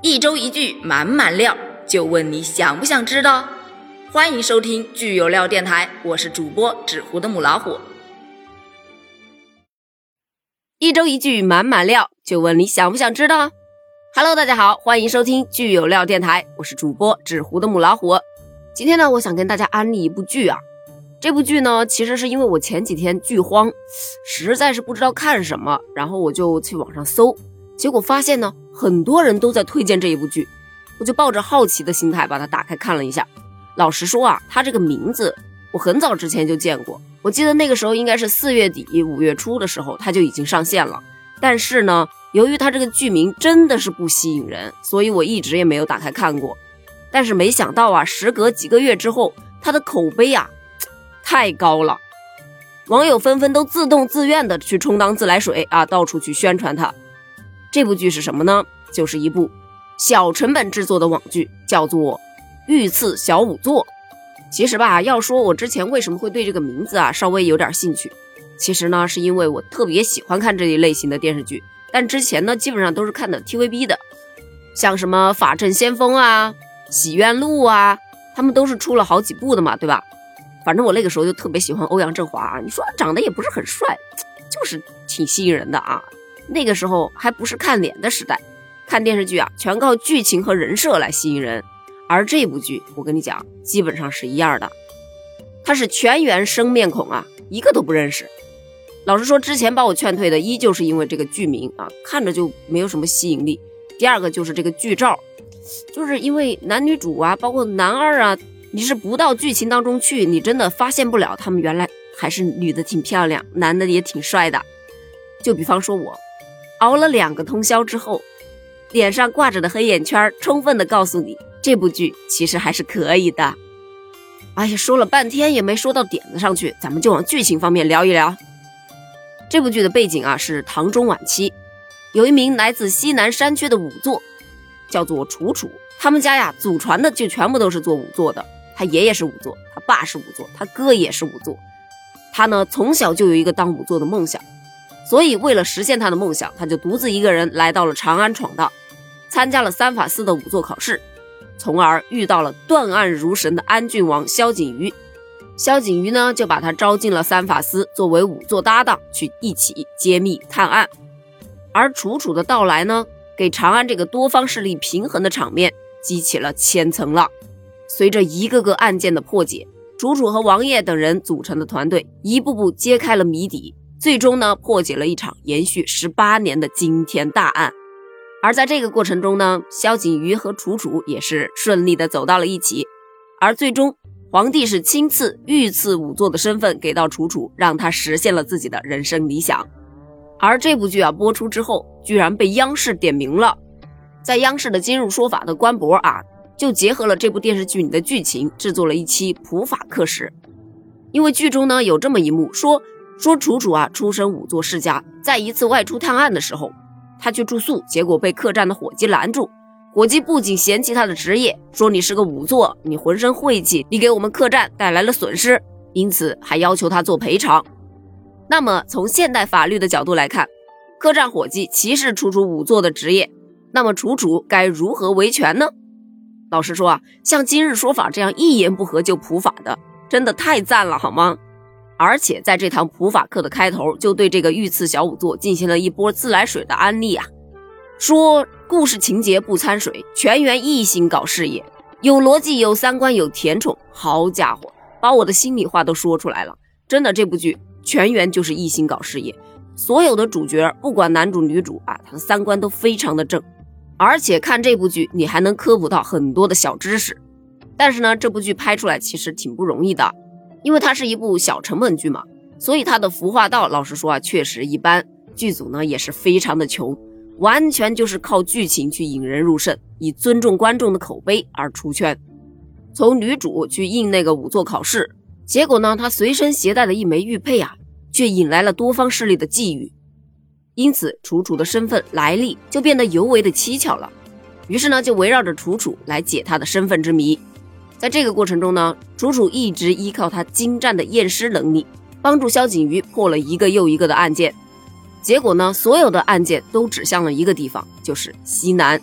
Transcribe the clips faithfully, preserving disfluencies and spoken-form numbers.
一周一句满满料，就问你想不想知道？欢迎收听剧有料电台，我是主播纸糊的母老虎。一周一句满满料，就问你想不想知道？ Hello， 大家好，欢迎收听剧有料电台，我是主播纸糊的母老虎。今天呢，我想跟大家安利一部剧啊。这部剧呢，其实是因为我前几天剧荒，实在是不知道看什么，然后我就去网上搜，结果发现呢，很多人都在推荐这一部剧，我就抱着好奇的心态把它打开看了一下。老实说啊，它这个名字我很早之前就见过，我记得那个时候应该是四月底五月初的时候它就已经上线了，但是呢，由于它这个剧名真的是不吸引人，所以我一直也没有打开看过。但是没想到啊，时隔几个月之后，它的口碑啊太高了，网友纷纷都自动自愿的去充当自来水啊，到处去宣传它。这部剧是什么呢？就是一部小成本制作的网剧，叫做御赐小仵作。其实吧，要说我之前为什么会对这个名字啊稍微有点兴趣，其实呢是因为我特别喜欢看这一类型的电视剧，但之前呢基本上都是看的 T V B 的，像什么法证先锋啊、洗冤录啊，他们都是出了好几部的嘛，对吧？反正我那个时候就特别喜欢欧阳震华啊，你说他长得也不是很帅，就是挺吸引人的啊。那个时候还不是看脸的时代，看电视剧啊全靠剧情和人设来吸引人。而这部剧我跟你讲基本上是一样的，它是全员生面孔啊，一个都不认识。老实说，之前把我劝退的依旧是因为这个剧名啊，看着就没有什么吸引力。第二个就是这个剧照，就是因为男女主啊包括男二啊，你是不到剧情当中去，你真的发现不了他们原来还是女的挺漂亮，男的也挺帅的。就比方说我熬了两个通宵之后，脸上挂着的黑眼圈充分的告诉你，这部剧其实还是可以的。哎呀，说了半天也没说到点子上去，咱们就往剧情方面聊一聊。这部剧的背景啊是唐中晚期，有一名来自西南山区的仵作，叫做楚楚。他们家呀祖传的就全部都是做仵作的，他爷爷是仵作，他爸是仵作，他哥也是仵作。他呢从小就有一个当仵作的梦想，所以为了实现他的梦想，他就独自一个人来到了长安闯荡，参加了三法司的仵作考试，从而遇到了断案如神的安郡王萧景瑜。萧景瑜呢就把他招进了三法司，作为仵作搭档，去一起揭秘探案。而楚楚的到来呢，给长安这个多方势力平衡的场面激起了千层浪。随着一个个案件的破解，楚楚和王爷等人组成的团队一步步揭开了谜底，最终呢破解了一场延续十八年的惊天大案。而在这个过程中呢，萧景瑜和楚楚也是顺利的走到了一起，而最终皇帝是亲赐御赐仵作的身份给到楚楚，让他实现了自己的人生理想。而这部剧啊播出之后，居然被央视点名了，在央视的今日说法的官博啊，就结合了这部电视剧里的剧情，制作了一期普法课时。因为剧中呢有这么一幕，说说楚楚啊出身仵作世家，在一次外出探案的时候，他去住宿，结果被客栈的伙计拦住。伙计不仅嫌弃他的职业，说你是个仵作，你浑身晦气，你给我们客栈带来了损失，因此还要求他做赔偿。那么从现代法律的角度来看，客栈伙计歧视楚楚仵作的职业，那么楚楚该如何维权呢？老实说啊，像今日说法这样一言不合就普法的，真的太赞了好吗？而且在这堂普法课的开头，就对这个御赐小仵作进行了一波自来水的安利啊，说故事情节不掺水，全员一心搞事业，有逻辑有三观有甜宠。好家伙，把我的心里话都说出来了。真的，这部剧全员就是一心搞事业，所有的主角不管男主女主啊，他的三观都非常的正。而且看这部剧你还能科普到很多的小知识。但是呢，这部剧拍出来其实挺不容易的，因为它是一部小成本剧嘛，所以它的服化道老实说啊确实一般，剧组呢也是非常的穷，完全就是靠剧情去引人入胜，以尊重观众的口碑而出圈。从女主去应那个仵作考试，结果呢她随身携带的一枚玉佩啊，却引来了多方势力的觊觎，因此楚楚的身份来历就变得尤为的蹊跷了。于是呢就围绕着楚楚来解她的身份之谜。在这个过程中呢，楚楚一直依靠她精湛的验尸能力，帮助萧景瑜破了一个又一个的案件。结果呢，所有的案件都指向了一个地方，就是西南。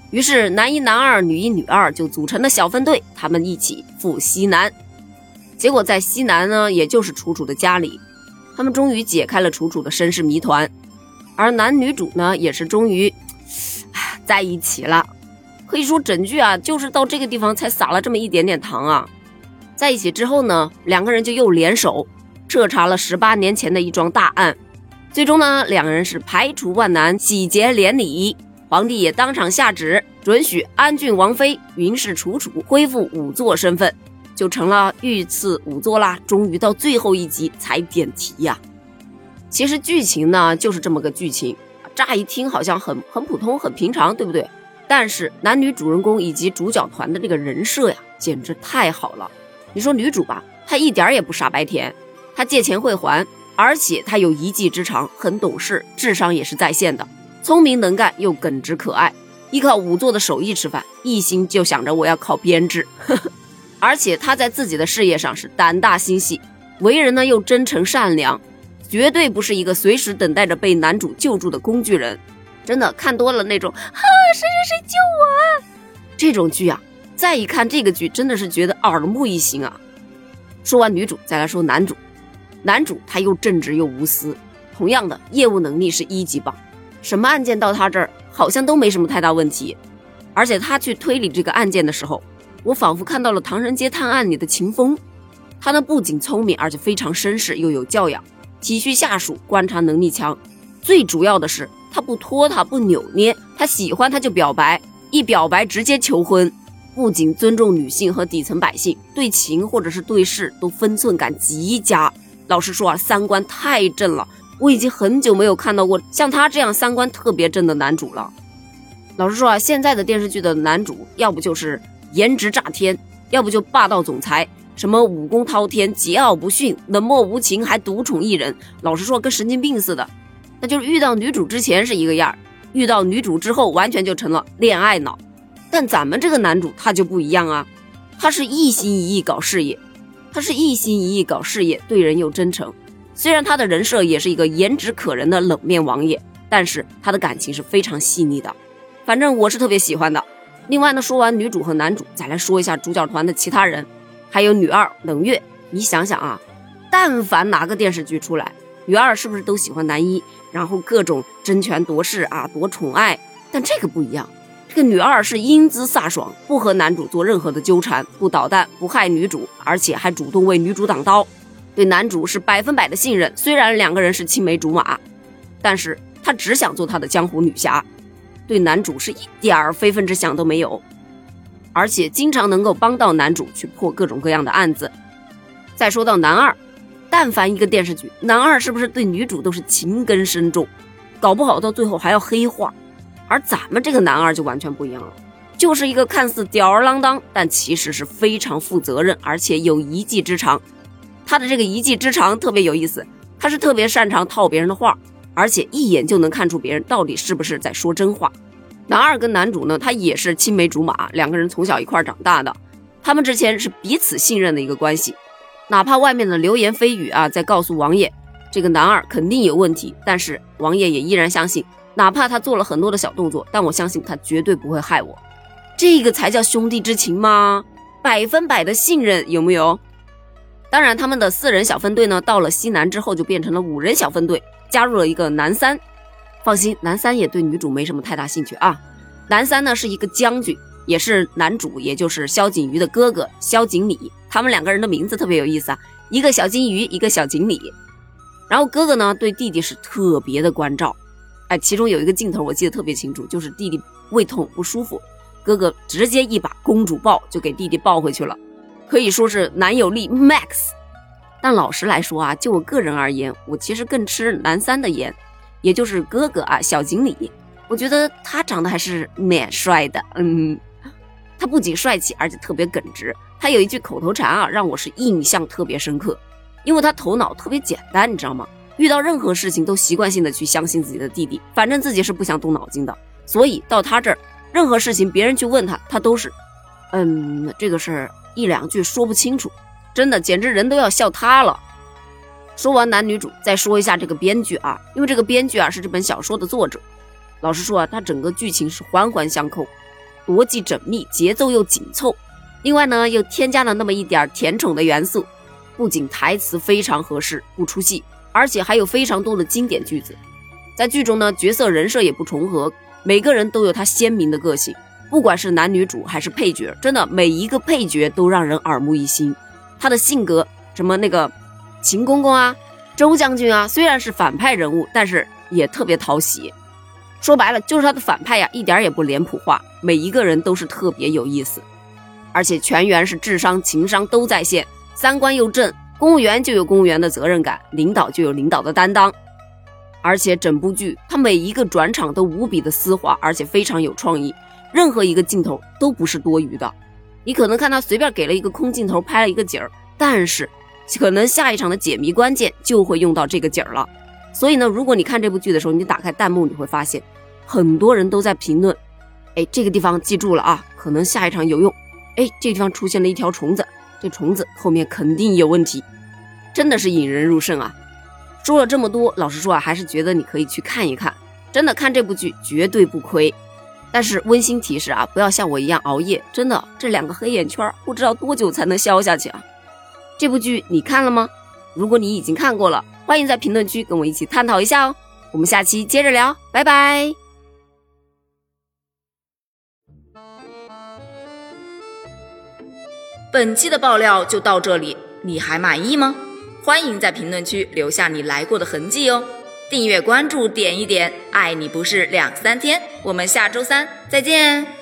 于是男一男二女一女二就组成了小分队，他们一起赴西南。结果在西南呢，也就是楚楚的家里，他们终于解开了楚楚的身世谜团，而男女主呢也是终于在一起了。可以说整剧啊就是到这个地方才撒了这么一点点糖啊。在一起之后呢，两个人就又联手彻查了十八年前的一桩大案，最终呢两个人是排除万难，喜结连理。皇帝也当场下旨准许安郡王妃云氏楚楚恢复仵作身份，就成了御赐仵作啦。终于到最后一集才点题呀、啊。其实剧情呢就是这么个剧情，乍一听好像很很普通很平常，对不对？但是男女主人公以及主角团的这个人设呀简直太好了。你说女主吧，她一点也不傻白甜，她借钱会还，而且她有一技之长，很懂事，智商也是在线的，聪明能干又耿直可爱，依靠仵作的手艺吃饭，一心就想着我要靠编制而且她在自己的事业上是胆大心细，为人呢又真诚善良，绝对不是一个随时等待着被男主救助的工具人。真的看多了那种啊谁谁谁救我啊这种剧啊，再一看这个剧真的是觉得耳目一新啊。说完女主再来说男主，男主他又正直又无私，同样的业务能力是一级棒，什么案件到他这儿好像都没什么太大问题。而且他去推理这个案件的时候，我仿佛看到了唐人街探案里的秦风，他呢不仅聪明，而且非常绅士又有教养，体恤下属，观察能力强，最主要的是他不拖沓不扭捏，他喜欢他就表白，一表白直接求婚，不仅尊重女性和底层百姓，对情或者是对事都分寸感极佳。老实说啊，三观太正了，我已经很久没有看到过像他这样三观特别正的男主了。老实说啊，现在的电视剧的男主要不就是颜值炸天，要不就霸道总裁，什么武功滔天，桀骜不驯，冷漠无情，还独宠一人，老实说跟神经病似的。那就是遇到女主之前是一个样，遇到女主之后完全就成了恋爱脑。但咱们这个男主他就不一样啊，他是一心一意搞事业，他是一心一意搞事业，对人又真诚。虽然他的人设也是一个颜值可人的冷面王爷，但是他的感情是非常细腻的，反正我是特别喜欢的。另外呢，说完女主和男主，再来说一下主角团的其他人，还有女二冷月。你想想啊，但凡哪个电视剧出来，女二是不是都喜欢男一，然后各种争权夺势啊，夺宠爱？但这个不一样，这个女二是英姿飒爽，不和男主做任何的纠缠，不捣蛋，不害女主，而且还主动为女主挡刀，对男主是百分百的信任。虽然两个人是青梅竹马，但是她只想做她的江湖女侠，对男主是一点非分之想都没有，而且经常能够帮到男主去破各种各样的案子。再说到男二，但凡一个电视剧，男二是不是对女主都是情根深重，搞不好到最后还要黑化。而咱们这个男二就完全不一样了，就是一个看似吊儿郎当，但其实是非常负责任，而且有一技之长。他的这个一技之长特别有意思，他是特别擅长套别人的话，而且一眼就能看出别人到底是不是在说真话。男二跟男主呢，他也是青梅竹马，两个人从小一块长大的，他们之前是彼此信任的一个关系。哪怕外面的流言蜚语啊，在告诉王爷这个男二肯定有问题，但是王爷也依然相信，哪怕他做了很多的小动作，但我相信他绝对不会害我。这个才叫兄弟之情吗？百分百的信任，有没有？当然他们的四人小分队呢，到了西南之后就变成了五人小分队，加入了一个男三。放心，男三也对女主没什么太大兴趣啊。男三呢是一个将军，也是男主，也就是萧景瑜的哥哥萧景礼。他们两个人的名字特别有意思啊，一个小金鱼，一个小锦鲤。然后哥哥呢对弟弟是特别的关照，哎，其中有一个镜头我记得特别清楚，就是弟弟胃痛不舒服，哥哥直接一把公主抱就给弟弟抱回去了，可以说是男友力 max。 但老实来说啊，就我个人而言，我其实更吃男三的颜，也就是哥哥啊小锦鲤。我觉得他长得还是蛮帅的，嗯，他不仅帅气，而且特别耿直。他有一句口头禅啊，让我是印象特别深刻，因为他头脑特别简单，你知道吗？遇到任何事情都习惯性的去相信自己的弟弟，反正自己是不想动脑筋的，所以到他这儿，任何事情别人去问他，他都是嗯，这个事儿一两句说不清楚，真的简直人都要笑他了。说完男女主，再说一下这个编剧啊，因为这个编剧啊是这本小说的作者。老实说啊，他整个剧情是环环相扣， 逻辑缜密，节奏又紧凑。另外呢，又添加了那么一点甜宠的元素，不仅台词非常合适，不出戏，而且还有非常多的经典句子。在剧中呢，角色人设也不重合，每个人都有他鲜明的个性，不管是男女主还是配角，真的每一个配角都让人耳目一新。他的性格，什么那个秦公公啊，周将军啊，虽然是反派人物，但是也特别讨喜。说白了，就是他的反派呀，一点也不脸谱化，每一个人都是特别有意思。而且全员是智商情商都在线，三观又正，公务员就有公务员的责任感，领导就有领导的担当。而且整部剧它每一个转场都无比的丝滑，而且非常有创意，任何一个镜头都不是多余的。你可能看他随便给了一个空镜头拍了一个景儿，但是可能下一场的解谜关键就会用到这个景儿了。所以呢，如果你看这部剧的时候，你打开弹幕，你会发现很多人都在评论，哎，这个地方记住了啊，可能下一场有用。哎，这个地方出现了一条虫子，这虫子后面肯定有问题，真的是引人入胜啊。说了这么多，老实说啊，还是觉得你可以去看一看，真的看这部剧绝对不亏。但是温馨提示啊，不要像我一样熬夜，真的这两个黑眼圈不知道多久才能消下去啊。这部剧你看了吗？如果你已经看过了，欢迎在评论区跟我一起探讨一下哦。我们下期接着聊，拜拜。本期的爆料就到这里，你还满意吗？欢迎在评论区留下你来过的痕迹哦。订阅关注点一点，爱你不是两三天。我们下周三再见。